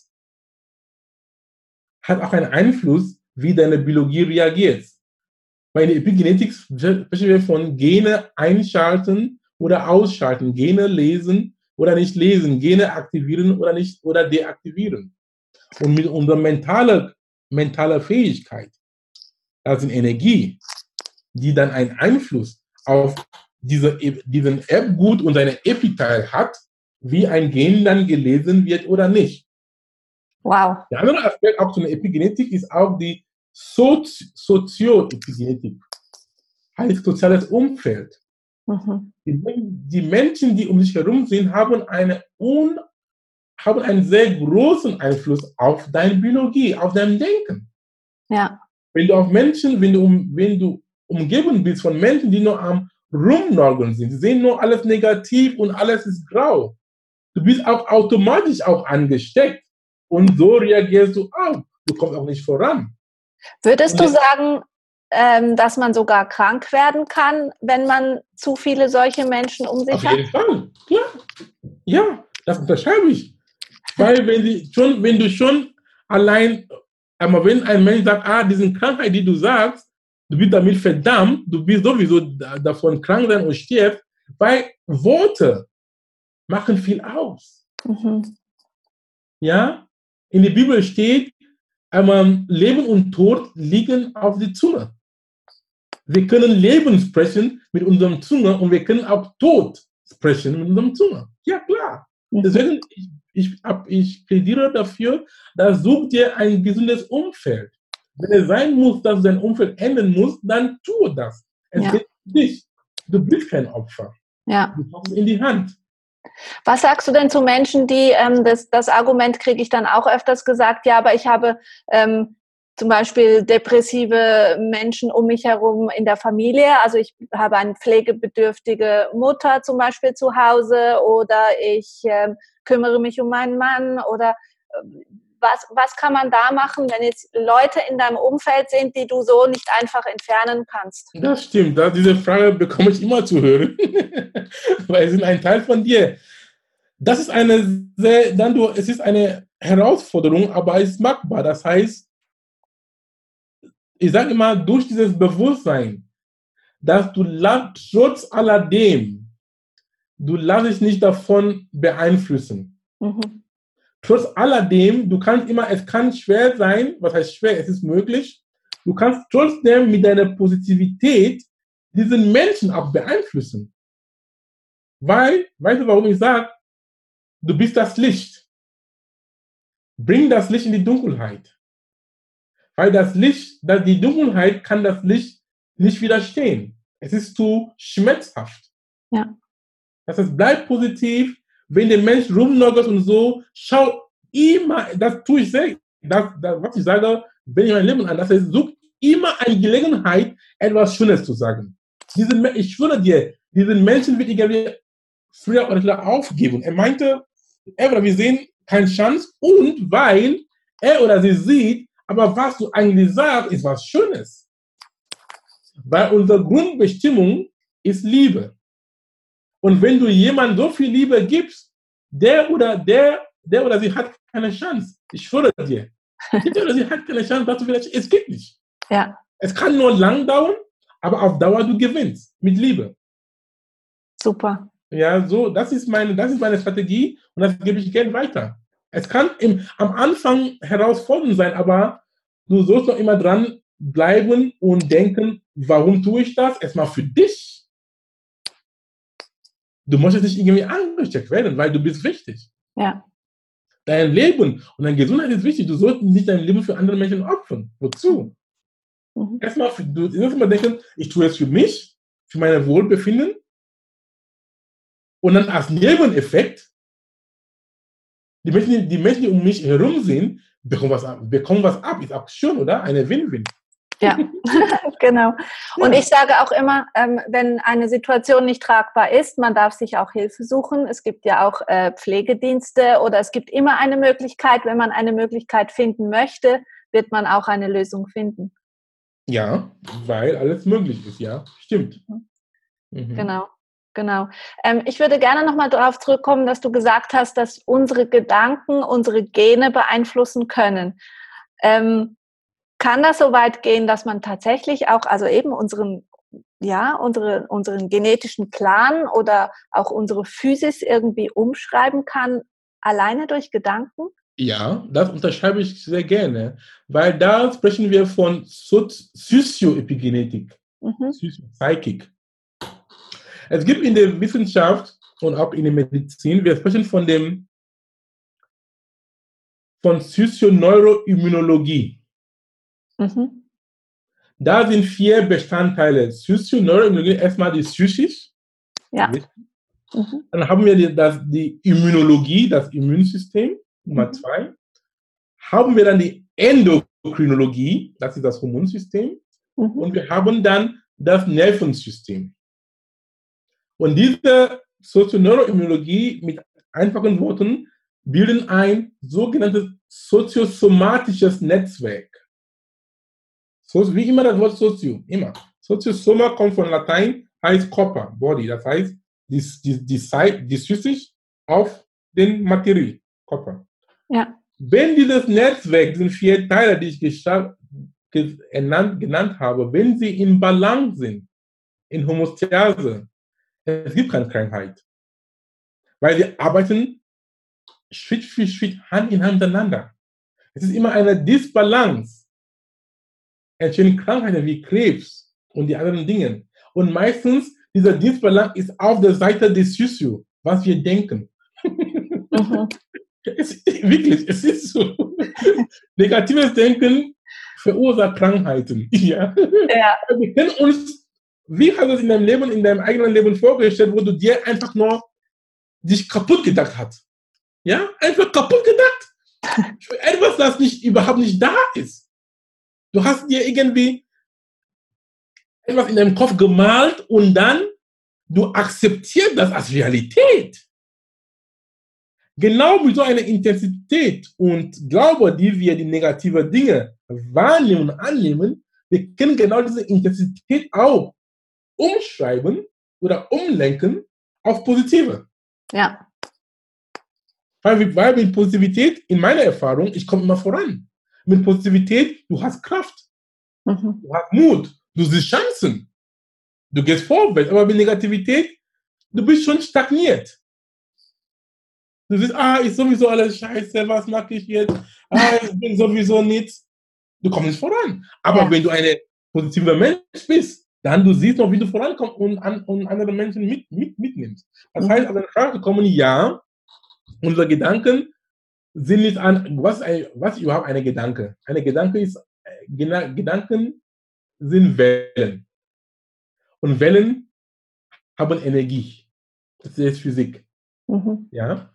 hat auch einen Einfluss, wie deine Biologie reagiert. Weil in der Epigenetik sprechen wir von Gene einschalten oder ausschalten, Gene lesen oder nicht lesen, Gene aktivieren oder nicht oder deaktivieren. Und mit unserer mentalen mentale Fähigkeit, also Energie, die dann einen Einfluss auf diese, diesen Erbgut und seine Epiteil hat, wie ein Gen dann gelesen wird oder nicht.
Wow.
Der andere Aspekt auch zu der Epigenetik ist auch die Sozi- Sozioepigenetik, heißt soziales Umfeld. Mhm. Die, die Menschen, die um sich herum sind, haben, eine un, haben einen sehr großen Einfluss auf deine Biologie, auf dein Denken.
Ja.
Wenn du auf Menschen, wenn du, um, wenn du umgeben bist von Menschen, die nur am Rumnörgeln sind, sie sehen nur alles negativ und alles ist grau. Du bist auch automatisch auch angesteckt und so reagierst du auch. Du kommst auch nicht voran.
Würdest du sagen, ähm, dass man sogar krank werden kann, wenn man zu viele solche Menschen um sich
hat?
Auf
jeden Fall, klar. Ja, das unterschreibe ich. Weil wenn, die schon, wenn du schon allein, aber wenn ein Mensch sagt, ah, diese Krankheit, die du sagst, du bist damit verdammt, du bist sowieso davon krank sein und stirbst, weil Worte machen viel aus. Mhm. Ja, in der Bibel steht, ähm, Leben und Tod liegen auf der Zunge. Wir können Leben sprechen mit unserem Zunge und wir können auch Tod sprechen mit unserem Zunge. Ja, klar. Mhm. Deswegen, ich, ich, ich plädiere dafür, dass such dir ein gesundes Umfeld. Wenn es sein muss, dass dein Umfeld enden muss, dann tue das. Es ja. geht um dich. Du bist kein Opfer.
Ja.
Du hast es in die Hand.
Was sagst du denn zu Menschen, die, ähm, das, das Argument kriege ich dann auch öfters gesagt, ja, aber ich habe ähm, zum Beispiel depressive Menschen um mich herum in der Familie, also ich habe eine pflegebedürftige Mutter zum Beispiel zu Hause oder ich ähm, kümmere mich um meinen Mann oder äh, was, was kann man da machen, wenn jetzt Leute in deinem Umfeld sind, die du so nicht einfach entfernen kannst?
Das stimmt, das, diese Frage bekomme ich immer zu hören, weil sie sind ein Teil von dir. Das ist eine sehr, dann du, es ist eine, Herausforderung, aber es ist machbar. Das heißt, ich sage immer, durch dieses Bewusstsein, dass du trotz alledem, du lässt dich nicht davon beeinflussen. Mhm. Trotz alledem, du kannst immer, es kann schwer sein, was heißt schwer, es ist möglich, du kannst trotzdem mit deiner Positivität diesen Menschen auch beeinflussen. Weil, weißt du, warum ich sage, du bist das Licht. Bring das Licht in die Dunkelheit. Weil das Licht, die Dunkelheit kann das Licht nicht widerstehen. Es ist zu schmerzhaft. Ja. Das heißt, bleib positiv, wenn der Mensch rumnoggert und so, schau immer, das tue ich sehr, das, das, was ich sage, wenn ich mein Leben an, das heißt, such immer eine Gelegenheit, etwas Schönes zu sagen. Diesen, ich schwöre dir, diesen Menschen wird irgendwie früher oder später aufgeben. Er meinte, wir sehen keine Chance, und weil er oder sie sieht, aber was du eigentlich sagst, ist was Schönes. Weil unsere Grundbestimmung ist Liebe. Und wenn du jemandem so viel Liebe gibst, der oder der, der oder sie hat keine Chance. Ich schwöre dir. Der oder sie hat keine Chance, dass du vielleicht, es geht nicht. Ja. Es kann nur lang dauern, aber auf Dauer du gewinnst. Mit Liebe.
Super.
Ja, so, das ist meine, das ist meine Strategie, und das gebe ich gerne weiter. Es kann im, am Anfang herausfordernd sein, aber du sollst noch immer dran bleiben und denken, warum tue ich das? Erstmal für dich. Du musst nicht irgendwie angesteckt werden, weil du bist wichtig.
Ja.
Dein Leben und deine Gesundheit ist wichtig. Du sollst nicht dein Leben für andere Menschen opfern. Wozu? Mhm. Erstmal, für, du sollst immer denken, ich tue es für mich, für mein Wohlbefinden. Und dann als Nebeneffekt, die Menschen, die Menschen, die um mich herum sind, bekommen was ab. Bekommen was ab. Ist auch schön, oder? Eine Win-Win.
Ja, genau. Und ja. Ich sage auch immer, ähm, wenn eine Situation nicht tragbar ist, man darf sich auch Hilfe suchen. Es gibt ja auch äh, Pflegedienste, oder es gibt immer eine Möglichkeit. Wenn man eine Möglichkeit finden möchte, wird man auch eine Lösung finden.
Ja, weil alles möglich ist, ja. Stimmt.
Mhm. Genau. Genau. Ähm, ich würde gerne nochmal darauf zurückkommen, dass du gesagt hast, dass unsere Gedanken unsere Gene beeinflussen können. Ähm, kann das so weit gehen, dass man tatsächlich auch, also eben unseren, ja, unsere, unseren genetischen Plan oder auch unsere Physis irgendwie umschreiben kann, alleine durch Gedanken?
Ja, das unterschreibe ich sehr gerne, weil da sprechen wir von Sozioepigenetik, mhm. Psychik. Es gibt in der Wissenschaft und auch in der Medizin, wir sprechen von dem von Psychoneuroimmunologie. Mhm. Da sind vier Bestandteile. Psychoneuroimmunologie, erstmal die Psychik.
Ja. Mhm.
Dann haben wir die, das, die Immunologie, das Immunsystem, Nummer mhm. zwei. Haben wir dann die Endokrinologie, das ist das Hormonsystem. Mhm. Und wir haben dann das Nervensystem. Und diese Socioneuroimmunologie mit einfachen Worten bilden ein sogenanntes soziosomatisches Netzwerk. So, wie immer das Wort Sozio, immer. Soziosoma kommt von Latein, heißt Körper, Body, das heißt die, die, die, die, die Physis auf den Materie, Körper.
Ja.
Wenn dieses Netzwerk, diese vier Teile, die ich geschaut, genannt, genannt habe, wenn sie in Balance sind, in Homöostase, es gibt keine Krankheit. Weil wir arbeiten Schritt für Schritt, Hand in Hand miteinander. Es ist immer eine Disbalance. Entstehen Krankheiten wie Krebs und die anderen Dinge. Und meistens, dieser Disbalance ist auf der Seite des Sozio, was wir denken. Mhm. Es, wirklich, es ist so. Negatives Denken verursacht Krankheiten. Ja.
Ja.
Wir können uns, wie hast du es in deinem Leben, in deinem eigenen Leben vorgestellt, wo du dir einfach nur dich kaputt gedacht hast? Ja, einfach kaputt gedacht. Für etwas, das nicht, überhaupt nicht da ist. Du hast dir irgendwie etwas in deinem Kopf gemalt und dann du akzeptierst das als Realität. Genau mit so einer Intensität und Glaube, die wir die negativen Dinge wahrnehmen und annehmen, wir können genau diese Intensität auch umschreiben oder umlenken auf positive.
Ja.
Weil, weil mit Positivität, in meiner Erfahrung, ich komme immer voran. Mit Positivität, du hast Kraft, mhm. du hast Mut, du siehst Chancen, du gehst vorwärts. Aber mit Negativität, du bist schon stagniert. Du siehst, ah, ist sowieso alles scheiße, was mache ich jetzt? Ah, ich bin sowieso nichts. Du kommst nicht voran. Aber ja. wenn du ein positiver Mensch bist, dann du siehst noch, wie du vorankommst und, an, und andere Menschen mit, mit, mitnimmst. Das mhm. heißt, also in Frage kommen, ja, unsere Gedanken sind nicht an, was, was ist überhaupt eine Gedanke? Eine Gedanke ist, Gedanken sind Wellen. Und Wellen haben Energie. Das ist Physik. Mhm. Ja?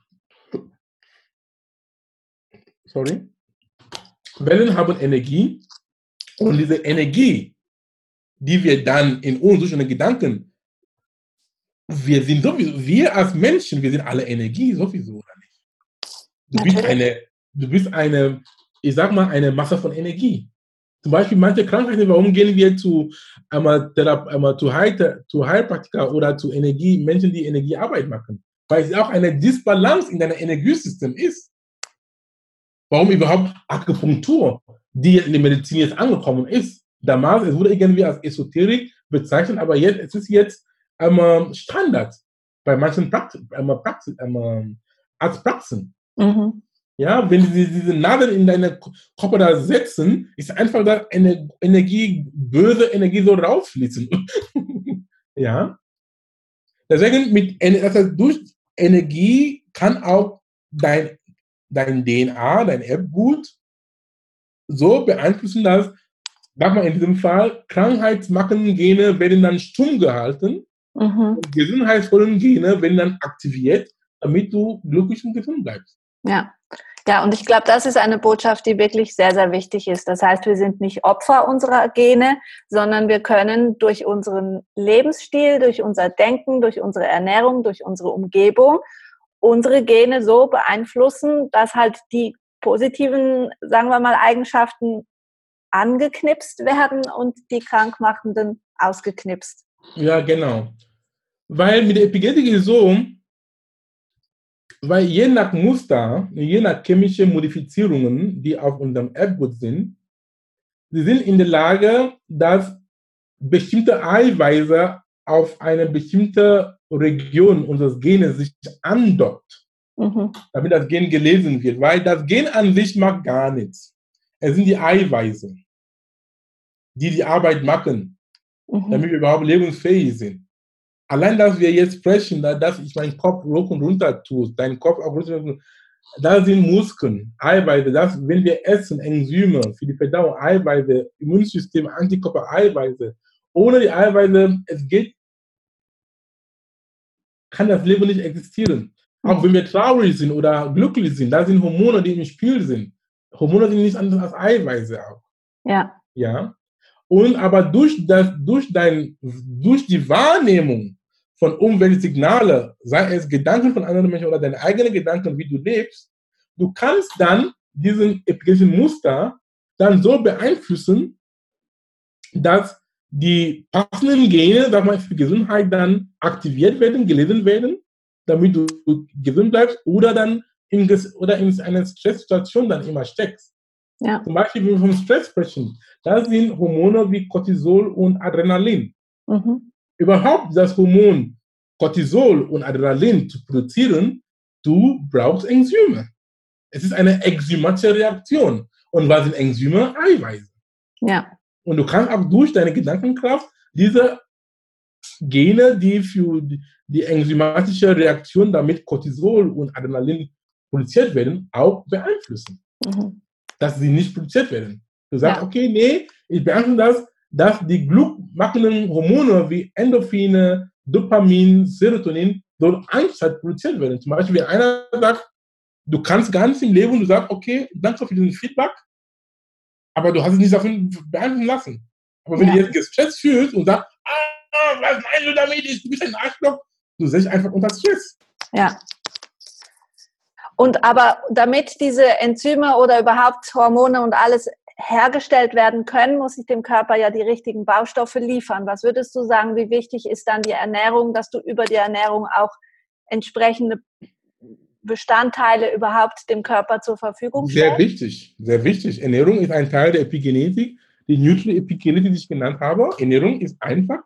Sorry. Wellen haben Energie und diese Energie, die wir dann in uns durch unsere Gedanken, wir sind sowieso, wir als Menschen, wir sind alle Energie sowieso, oder nicht? Du bist eine, du bist eine, ich sag mal, eine Masse von Energie. Zum Beispiel manche Krankheiten, warum gehen wir zu, einmal, einmal zu, Heil, zu Heilpraktiker oder zu Energie, Menschen, die Energiearbeit machen? Weil es auch eine Disbalance in deinem Energiesystem ist. Warum überhaupt Akupunktur, die in der Medizin jetzt angekommen ist? Damals, es wurde irgendwie als Esoterik bezeichnet, aber jetzt, es ist jetzt ähm, Standard bei manchen Praxis, ähm, Praxis, ähm, Arztpraxen. Mhm. Ja, wenn sie diese Nadel in deine Körper da setzen, ist einfach da eine Energie, böse Energie so rausfließen. Ja. Deswegen mit, das heißt, durch Energie kann auch dein, dein D N A, dein Erbgut so beeinflussen, dass, sag mal in diesem Fall, krankheitsmachende Gene werden dann stumm gehalten, mhm. und gesundheitsvolle Gene werden dann aktiviert, damit du glücklich und gesund bleibst.
Ja. Ja, und ich glaube, das ist eine Botschaft, die wirklich sehr, sehr wichtig ist. Das heißt, wir sind nicht Opfer unserer Gene, sondern wir können durch unseren Lebensstil, durch unser Denken, durch unsere Ernährung, durch unsere Umgebung unsere Gene so beeinflussen, dass halt die positiven, sagen wir mal, Eigenschaften angeknipst werden und die krankmachenden ausgeknipst.
Ja, genau. Weil mit der Epigenetik ist so, weil je nach Muster, je nach chemische Modifizierungen, die auf unserem Erbgut sind, sie sind in der Lage, dass bestimmte Eiweiße auf eine bestimmte Region unseres Genes sich andockt, mhm. damit das Gen gelesen wird. Weil das Gen an sich macht gar nichts. Es sind die Eiweiße, die die Arbeit machen, mhm. damit wir überhaupt lebensfähig sind. Allein, dass wir jetzt sprechen, dass ich meinen Kopf hoch und runter tue, deinen Kopf auch runter, da sind Muskeln, Eiweiße, das, wenn wir essen, Enzyme für die Verdauung, Eiweiße, Immunsystem, Antikörper, Eiweiße. Ohne die Eiweiße, es geht, kann das Leben nicht existieren. Auch wenn wir traurig sind oder glücklich sind, da sind Hormone, die im Spiel sind. Hormone sind nichts anderes als Eiweiße auch.
Ja.
Ja. Und aber durch, das, durch, dein, durch die Wahrnehmung von Umweltsignale, sei es Gedanken von anderen Menschen oder deine eigenen Gedanken, wie du lebst, du kannst dann diesen epigenetischen Muster dann so beeinflussen, dass die passenden Gene, sag mal, für Gesundheit dann aktiviert werden, gelesen werden, damit du gesund bleibst oder dann in, oder in einer Stresssituation dann immer steckst. Ja. Zum Beispiel, wenn wir vom Stress sprechen, da sind Hormone wie Cortisol und Adrenalin. Mhm. Überhaupt das Hormon Cortisol und Adrenalin zu produzieren, du brauchst Enzyme. Es ist eine enzymatische Reaktion. Und was sind Enzyme? Eiweiße.
Ja.
Und du kannst auch durch deine Gedankenkraft diese Gene, die für die enzymatische Reaktion, damit Cortisol und Adrenalin produziert werden, auch beeinflussen. Mhm. Dass sie nicht produziert werden. Du sagst, ja. okay, nee, ich beeinflusse das, dass die glückmachenden Hormone wie Endorphine, Dopamin, Serotonin so einzeit produziert werden. Zum Beispiel, wenn einer sagt, du kannst gar nicht im Leben und du sagst, okay, danke für diesen Feedback, aber du hast es nicht davon beeinflussen lassen. Aber wenn ja. du jetzt gestresst fühlst und sagst, ah, was meinst du damit, du bist ein Arschloch, du setzt einfach unter Stress.
Ja. Und aber damit diese Enzyme oder überhaupt Hormone und alles hergestellt werden können, muss ich dem Körper ja die richtigen Baustoffe liefern. Was würdest du sagen, wie wichtig ist dann die Ernährung, dass du über die Ernährung auch entsprechende Bestandteile überhaupt dem Körper zur Verfügung stellt?
Sehr wichtig, sehr wichtig. Ernährung ist ein Teil der Epigenetik, die Nutri-Epigenetik, die ich genannt habe. Ernährung ist einfach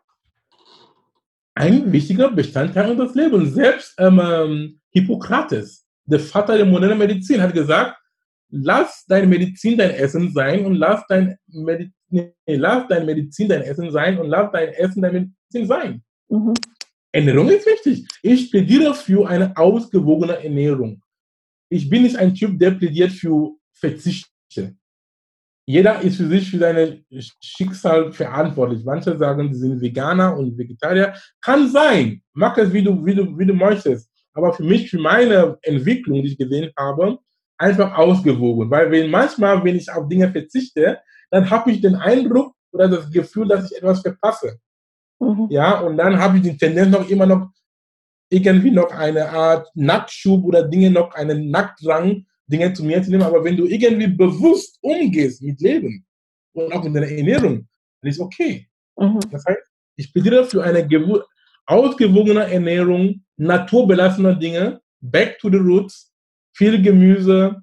ein wichtiger Bestandteil unseres Lebens. Selbst ähm, Hippokrates, der Vater der modernen Medizin, hat gesagt, lass deine Medizin dein Essen sein und lass dein, Medi nee, lass dein Medizin dein Essen sein und lass dein Essen deine Medizin sein.
Mhm.
Ernährung ist wichtig. Ich plädiere für eine ausgewogene Ernährung. Ich bin nicht ein Typ, der plädiert für Verzichte. Jeder ist für sich, für sein Schicksal verantwortlich. Manche sagen, sie sind Veganer und Vegetarier. Kann sein. Mach es, wie du, wie du, wie du möchtest. Aber für mich, für meine Entwicklung, die ich gesehen habe, einfach ausgewogen. Weil wenn manchmal, wenn ich auf Dinge verzichte, dann habe ich den Eindruck oder das Gefühl, dass ich etwas verpasse. Mhm. Ja, und dann habe ich die Tendenz noch immer noch irgendwie noch eine Art Nacktschub oder Dinge noch einen Nacktdrang, Dinge zu mir zu nehmen. Aber wenn du irgendwie bewusst umgehst mit Leben und auch mit deiner Ernährung, dann ist okay. Mhm. Das heißt, ich plädiere für eine ausgewogene Ernährung, naturbelassene Dinge, back to the roots, viel Gemüse,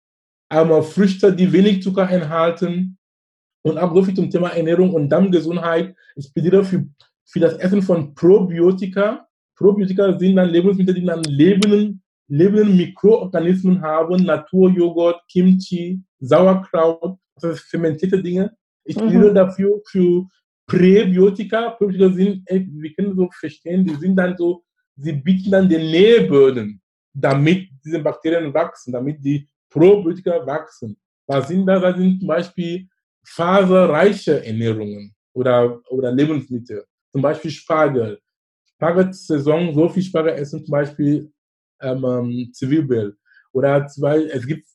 aber Früchte, die wenig Zucker enthalten und auch so viel zum Thema Ernährung und Darmgesundheit. Ich plädiere für, für das Essen von Probiotika. Probiotika sind dann Lebensmittel, die dann lebenden, lebenden Mikroorganismen haben, Naturjoghurt, Kimchi, Sauerkraut, das heißt fermentierte Dinge. Ich plädiere mhm. dafür für Präbiotika. Präbiotika sind, wir können so verstehen, die sind dann so, sie bieten dann den Nährboden, damit diese Bakterien wachsen, damit die Probiotika wachsen. Was sind das? Das sind zum Beispiel faserreiche Ernährungen oder, oder Lebensmittel. Zum Beispiel Spargel. Spargelsaison, so viel Spargel essen, zum Beispiel ähm, Zwiebel. Oder zwei, es gibt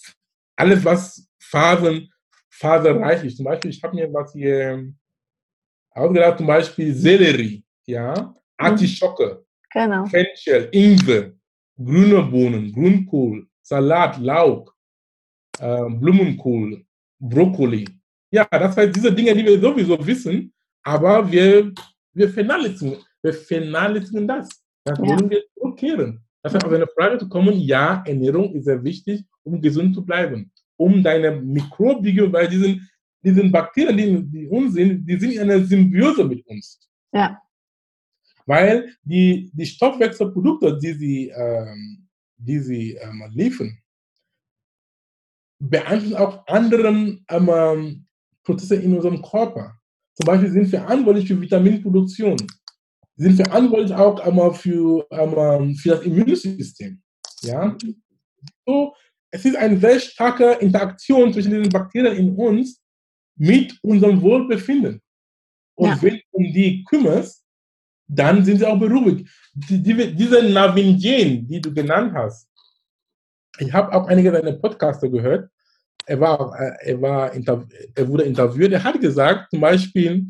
alles, was Fasern, faserreich ist. Zum Beispiel, ich habe mir was hier ausgedacht, zum Beispiel Sellerie, ja, Artischocke, genau. Fenchel, Ingwer, grüne Bohnen, Grünkohl, Salat, Lauch, äh, Blumenkohl, Brokkoli. Ja, das heißt, diese Dinge, die wir sowieso wissen, aber wir, wir, vernachlässigen, wir vernachlässigen das. Das ja. wollen wir zurückkehren. Das heißt, auf eine Frage zu kommen, ja, Ernährung ist sehr wichtig, um gesund zu bleiben. Um deine Mikrobiome, weil diesen, diesen Bakterien, die, die uns sind, die sind in einer Symbiose mit uns.
Ja.
Weil die, die Stoffwechselprodukte, die sie, ähm, die sie ähm, liefern, beeinflussen auch anderen ähm, Prozesse in unserem Körper. Zum Beispiel sind verantwortlich für Vitaminproduktion, sind verantwortlich auch einmal für, ähm, für das Immunsystem. Ja? So, es ist eine sehr starke Interaktion zwischen diesen Bakterien in uns mit unserem Wohlbefinden. Und ja. wenn du um die kümmerst, dann sind sie auch beruhigt. Die, die, diese Navin, die du genannt hast, ich habe auch einige deiner Podcaster gehört, er, war, er, war, er wurde interviewt, er hat gesagt, zum Beispiel,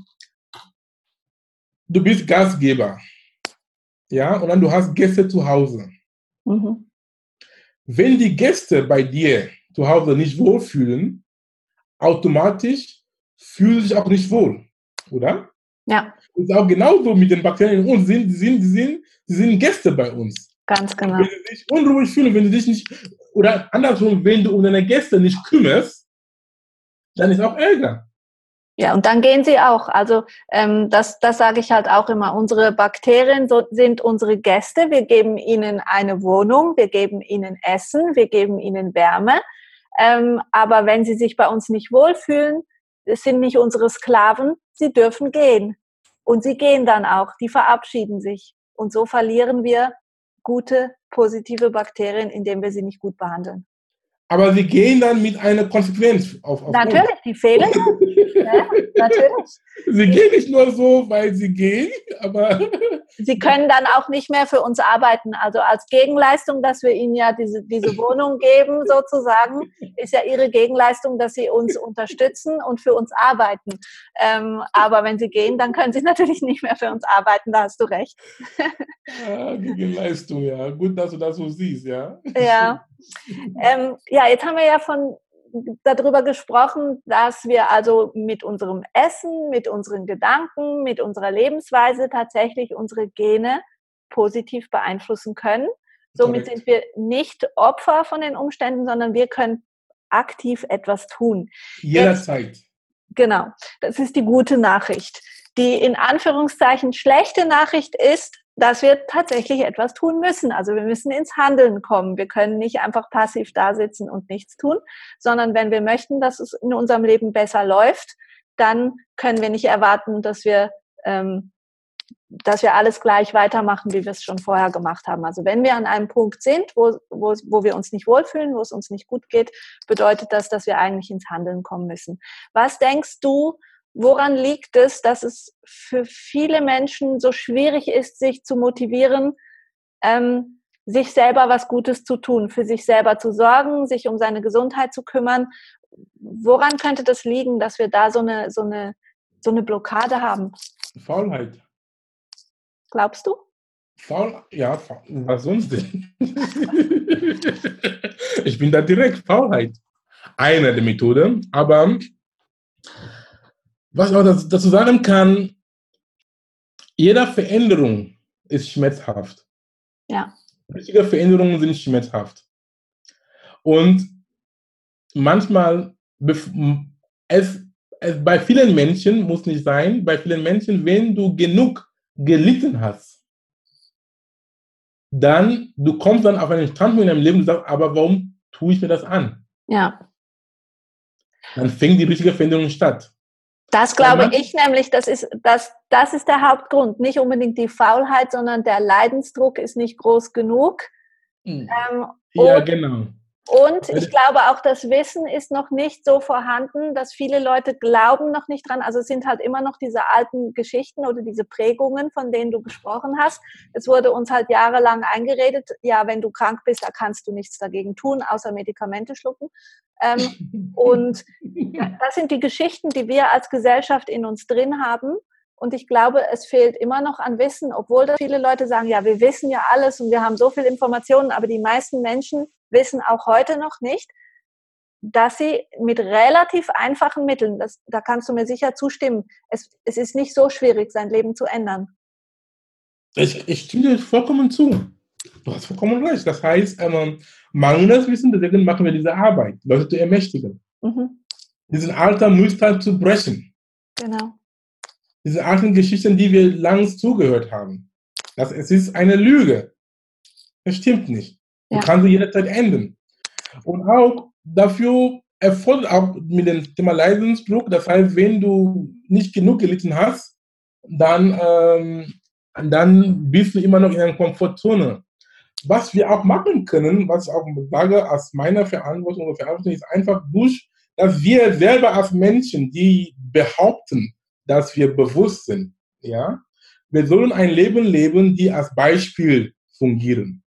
du bist Gastgeber, ja, und dann du hast Gäste zu Hause. Mhm. Wenn die Gäste bei dir zu Hause nicht wohlfühlen, automatisch fühlen sie sich auch nicht wohl, oder?
Ja.
Und auch genauso mit den Bakterien in uns, sind, sind, sind, sie sind Gäste bei uns.
Ganz genau.
Wenn sie sich unruhig fühlen, wenn sie dich nicht, oder andersrum, wenn du um deine Gäste nicht kümmerst, dann ist auch Ärger.
Ja, und dann gehen sie auch. Also ähm, das, das sage ich halt auch immer. Unsere Bakterien so, sind unsere Gäste. Wir geben ihnen eine Wohnung, wir geben ihnen Essen, wir geben ihnen Wärme. Ähm, aber wenn sie sich bei uns nicht wohlfühlen, es sind nicht unsere Sklaven, sie dürfen gehen. Und sie gehen dann auch, die verabschieden sich. Und so verlieren wir gute, positive Bakterien, indem wir sie nicht gut behandeln.
Aber sie gehen dann mit einer Konsequenz auf, auf
Natürlich, uns. Die fehlen. Ja, natürlich.
Sie gehen nicht nur so, weil sie gehen, aber...
Sie können dann auch nicht mehr für uns arbeiten. Also als Gegenleistung, dass wir ihnen ja diese, diese Wohnung geben, sozusagen, ist ja ihre Gegenleistung, dass sie uns unterstützen und für uns arbeiten. Ähm, aber wenn sie gehen, dann können sie natürlich nicht mehr für uns arbeiten, da hast du recht.
Ja, Gegenleistung, ja. Gut, dass du das so siehst, ja.
Ja. Ähm, ja, jetzt haben wir ja von darüber gesprochen, dass wir also mit unserem Essen, mit unseren Gedanken, mit unserer Lebensweise tatsächlich unsere Gene positiv beeinflussen können. Somit
Korrekt.
sind wir nicht Opfer von den Umständen, sondern wir können aktiv etwas tun.
Jederzeit.
Jetzt, genau, das ist die gute Nachricht. Die in Anführungszeichen schlechte Nachricht ist, dass wir tatsächlich etwas tun müssen. Also wir müssen ins Handeln kommen. Wir können nicht einfach passiv da sitzen und nichts tun, sondern wenn wir möchten, dass es in unserem Leben besser läuft, dann können wir nicht erwarten, dass wir, ähm, dass wir alles gleich weitermachen, wie wir es schon vorher gemacht haben. Also wenn wir an einem Punkt sind, wo, wo, wo wir uns nicht wohlfühlen, wo es uns nicht gut geht, bedeutet das, dass wir eigentlich ins Handeln kommen müssen. Was denkst du, woran liegt es, dass es für viele Menschen so schwierig ist, sich zu motivieren, ähm, sich selber was Gutes zu tun, für sich selber zu sorgen, sich um seine Gesundheit zu kümmern? Woran könnte das liegen, dass wir da so eine, so eine, so eine Blockade haben?
Faulheit.
Glaubst du?
Faul, ja, faul, was sonst denn? Ich bin da direkt, Faulheit. Eine der Methoden, aber was ich auch dazu sagen kann, jede Veränderung ist schmerzhaft.
Ja.
Richtige Veränderungen sind schmerzhaft. Und manchmal, es, es bei vielen Menschen, muss nicht sein, bei vielen Menschen, wenn du genug gelitten hast, dann, du kommst dann auf einen Standpunkt in deinem Leben und sagst, aber warum tue ich mir das an?
Ja.
Dann fängt die richtige Veränderung statt.
Das glaube ich nämlich, das ist, das, das ist der Hauptgrund. Nicht unbedingt die Faulheit, sondern der Leidensdruck ist nicht groß genug.
Mhm.
Ähm,
ja,
und,
genau.
Und ich glaube auch, das Wissen ist noch nicht so vorhanden, dass viele Leute glauben noch nicht dran. Also es sind halt immer noch diese alten Geschichten oder diese Prägungen, von denen du gesprochen hast. Es wurde uns halt jahrelang eingeredet, ja, wenn du krank bist, da kannst du nichts dagegen tun, außer Medikamente schlucken. Ähm, und das sind die Geschichten, die wir als Gesellschaft in uns drin haben. Und ich glaube, es fehlt immer noch an Wissen, obwohl da viele Leute sagen, ja, wir wissen ja alles und wir haben so viel Informationen, aber die meisten Menschen wissen auch heute noch nicht, dass sie mit relativ einfachen Mitteln, das, da kannst du mir sicher zustimmen, es, es ist nicht so schwierig, sein Leben zu ändern.
Ich, ich stimme dir vollkommen zu. Du hast vollkommen recht. Das heißt, ähm, mangelndes Wissen, deswegen machen wir diese Arbeit, Leute zu ermächtigen. Mhm. Diesen alten Muster zu brechen.
Genau.
Diese alten Geschichten, die wir lange zugehört haben. Das, es ist eine Lüge. Das stimmt nicht. Du ja. kannst sie jederzeit ändern. Und auch dafür erfolgt auch mit dem Thema Leidensdruck. Das heißt, wenn du nicht genug gelitten hast, dann, ähm, dann bist du immer noch in einer Komfortzone. Was wir auch machen können, was ich auch sage, als meiner Verantwortung oder Verantwortung ist einfach durch, dass wir selber als Menschen, die behaupten, dass wir bewusst sind, ja, wir sollen ein Leben leben, die als Beispiel fungieren.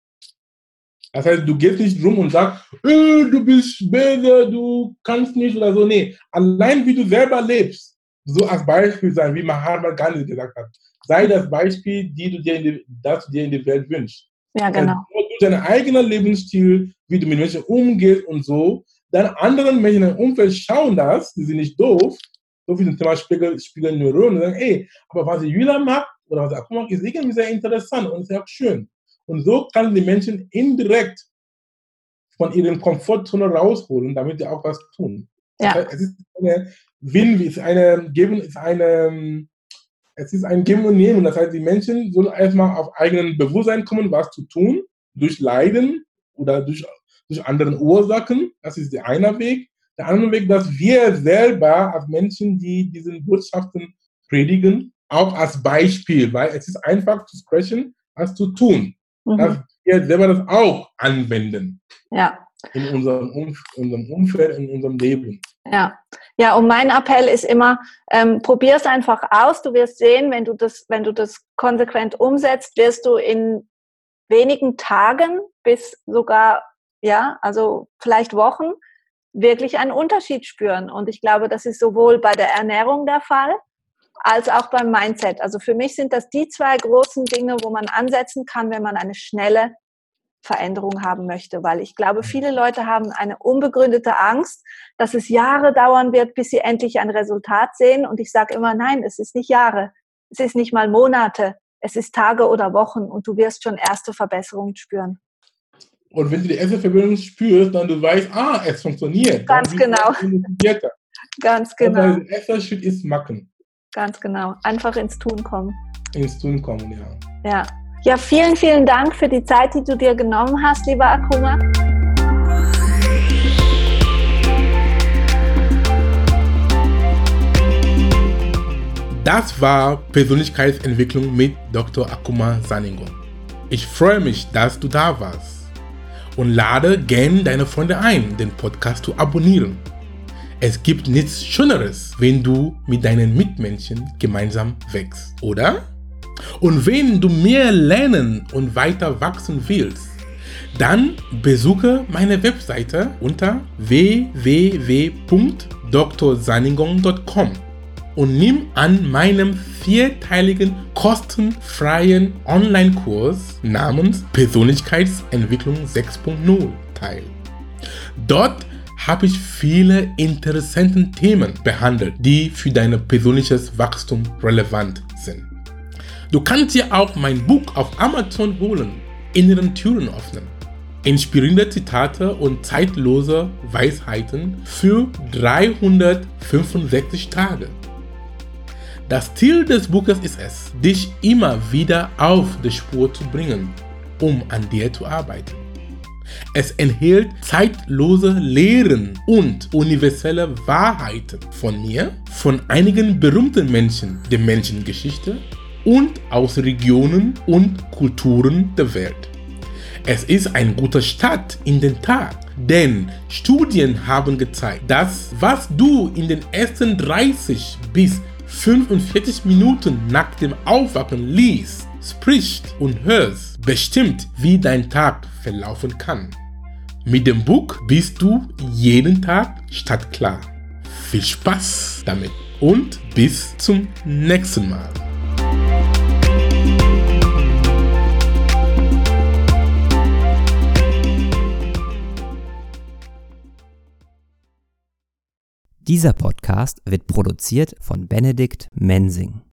Das heißt, du gehst nicht rum und sagst, äh, du bist böse, du kannst nicht oder so. Nee, allein wie du selber lebst, so als Beispiel sein, wie Mahatma Gandhi gesagt hat. Sei das Beispiel, die du dir in die, das du dir in die Welt wünschst.
Ja, genau.
Also, durch deinen eigenen Lebensstil, wie du mit Menschen umgehst und so, dann anderen Menschen in deinem Umfeld schauen das, die sind nicht doof, so wie zum Thema Spiegel, Spiegelneuronen, und sagen, ey, aber was die Julia macht, oder was Akuma macht, ist irgendwie sehr interessant und sehr schön. Und so kann die Menschen indirekt von ihren Komfortzone rausholen, damit sie auch was tun.
Ja.
Das heißt, es ist eine Win, es ist eine Geben, ist eine, es ist ein Geben und Nehmen. Das heißt, die Menschen sollen erstmal auf eigenen Bewusstsein kommen, was zu tun, durch Leiden oder durch, durch andere Ursachen. Das ist der eine Weg. Der andere Weg, dass wir selber als Menschen, die diese Botschaften predigen, auch als Beispiel, weil es ist einfach zu sprechen, als zu tun. Mhm. Dass wir selber das auch anwenden.
Ja.
In unserem, Umf- unserem Umfeld, in unserem Leben.
Ja. Ja, und mein Appell ist immer, ähm, probier es einfach aus. Du wirst sehen, wenn du das, wenn du das konsequent umsetzt, wirst du in wenigen Tagen bis sogar, ja, also vielleicht Wochen, wirklich einen Unterschied spüren. Und ich glaube, das ist sowohl bei der Ernährung der Fall, als auch beim Mindset. Also für mich sind das die zwei großen Dinge, wo man ansetzen kann, wenn man eine schnelle Veränderung haben möchte. Weil ich glaube, viele Leute haben eine unbegründete Angst, dass es Jahre dauern wird, bis sie endlich ein Resultat sehen. Und ich sage immer, nein, es ist nicht Jahre. Es ist nicht mal Monate. Es ist Tage oder Wochen und du wirst schon erste Verbesserungen spüren.
Und wenn du die erste Verbindung spürst, dann du weißt, ah, es funktioniert.
Ganz
dann
genau. Ganz genau.
Also der erste Schritt ist machen.
Ganz genau. Einfach ins Tun kommen.
Ins Tun kommen, ja.
Ja. Ja, vielen, vielen Dank für die Zeit, die du dir genommen hast, lieber Akuma.
Das war Persönlichkeitsentwicklung mit Doktor Akuma Saningon. Ich freue mich, dass du da warst. Und lade gerne deine Freunde ein, den Podcast zu abonnieren. Es gibt nichts Schöneres, wenn du mit deinen Mitmenschen gemeinsam wächst, oder? Und wenn du mehr lernen und weiter wachsen willst, dann besuche meine Webseite unter w w w punkt d r saningon punkt com und nimm an meinem vierteiligen kostenfreien Online-Kurs namens Persönlichkeitsentwicklung sechs punkt null teil. Dort habe ich viele interessante Themen behandelt, die für dein persönliches Wachstum relevant sind. Du kannst dir auch mein Buch auf Amazon holen, Inneren Türen öffnen. Inspirierende Zitate und zeitlose Weisheiten für dreihundertfünfundsechzig Tage. Das Ziel des Buches ist es, dich immer wieder auf die Spur zu bringen, um an dir zu arbeiten. Es enthält zeitlose Lehren und universelle Wahrheiten von mir, von einigen berühmten Menschen der Menschengeschichte und aus Regionen und Kulturen der Welt. Es ist ein guter Start in den Tag, denn Studien haben gezeigt, dass was du in den ersten dreißig bis fünfundvierzig Minuten nach dem Aufwachen liest, sprichst und hörst, bestimmt, wie dein Tag verlaufen kann. Mit dem Buch bist du jeden Tag startklar. Viel Spaß damit und bis zum nächsten Mal.
Dieser Podcast wird produziert von Benedikt Mensing.